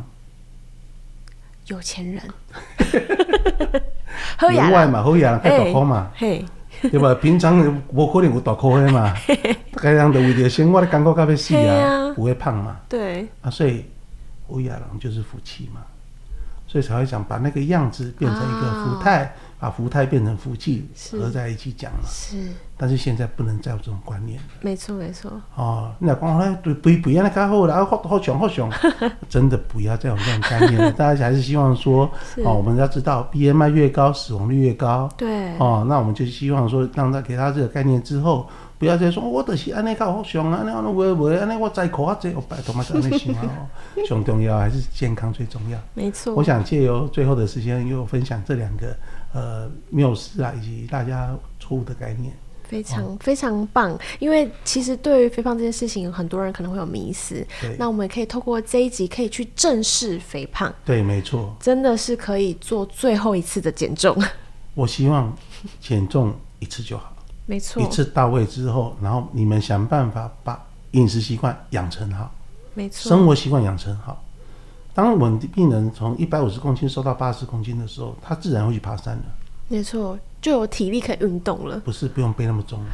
有钱人。
年外嘛，好亚人开大口嘛。 对吧？平常无可能有大口的嘛，大家人就为了生活的感觉到要死啊，不会胖嘛。
对
啊，所以欧亚郎就是福气嘛，所以才会讲把那个样子变成一个福态，把福态变成福气合在一起讲嘛。
是，但
是现在不能再有这种观念。
没错没错。
哦，你若讲肥安尼较好啦，好熊，真的不要再有这种概念了。大家还是希望说，我们要知道 BMI 越高，死亡率越高。
对。
那我们就希望说，让他给他这个概念之后，不要再说我就是安尼较好熊啊，安尼安尼我再苦啊这，拜托嘛，安尼想啊。最重要还是健康最重要。
没错。
我想借由最后的时间，又分享这两个谬思啊，以及大家错误的概念。
非常棒，因为其实对于肥胖这件事情，很多人可能会有迷思。那我们也可以透过这一集，可以去正视肥胖。对，没错，真的是可以做最后一次的减重。我希望减重一次就好，没错，一次到位之后，然后你们想办法把饮食习惯养成好，没错，生活习惯养成好。当我们病人从150公斤瘦到80公斤的时候，他自然会去爬山了。没错，就有体力可以运动了。不是不用背那么重。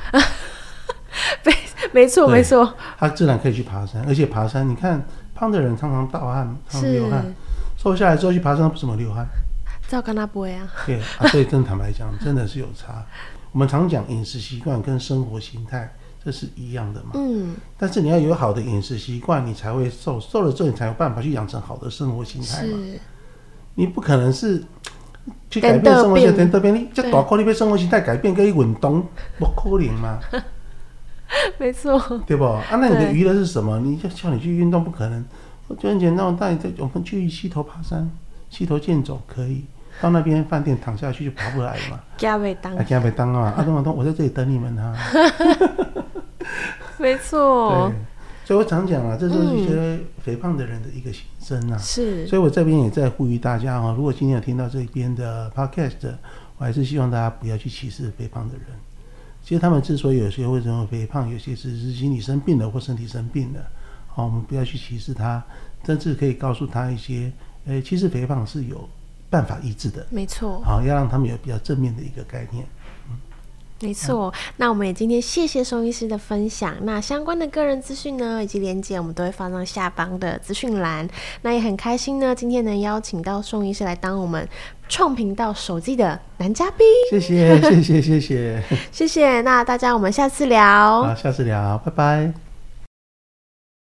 没错没错，他自然可以去爬山，而且爬山，你看胖的人常常盗汗，常常流汗，瘦下来之后去爬山不怎么流汗。照跟他不会啊。对啊，所以真坦白讲，真的是有差。我们常讲饮食习惯跟生活形态，这是一样的嘛。但是你要有好的饮食习惯，你才会瘦，瘦了之后你才有办法去养成好的生活形态嘛。你不可能是去改变生活形态，你这大块你要生活形态改变跟运动，不可能嘛。没错，对不？那你的娱乐是什么？你就叫你去运动，不可能。就很简单，我们去溪头爬山、溪头健走可以，到那边饭店躺下去就爬不来了嘛。加袂当，加袂当啊！东，我在这里等你们啊。没错。对，所以我常讲啊，这就是一些肥胖的人的一个心声啊。是。所以我这边也在呼吁大家啊，如果今天有听到这边的 podcast， 我还是希望大家不要去歧视肥胖的人。其实他们之所以有些为什么肥胖，有些是心理生病了或身体生病了，我们不要去歧视他，甚至可以告诉他一些，其实肥胖是有办法医治的。没错。好，要让他们有比较正面的一个概念。没错，那我们也今天谢谢宋医师的分享。那相关的个人资讯呢，以及连结，我们都会放到下方的资讯栏。那也很开心呢，今天能邀请到宋医师来当我们创频道首季的男嘉宾。谢谢。谢谢。那大家我们下次聊。好，下次聊，拜拜。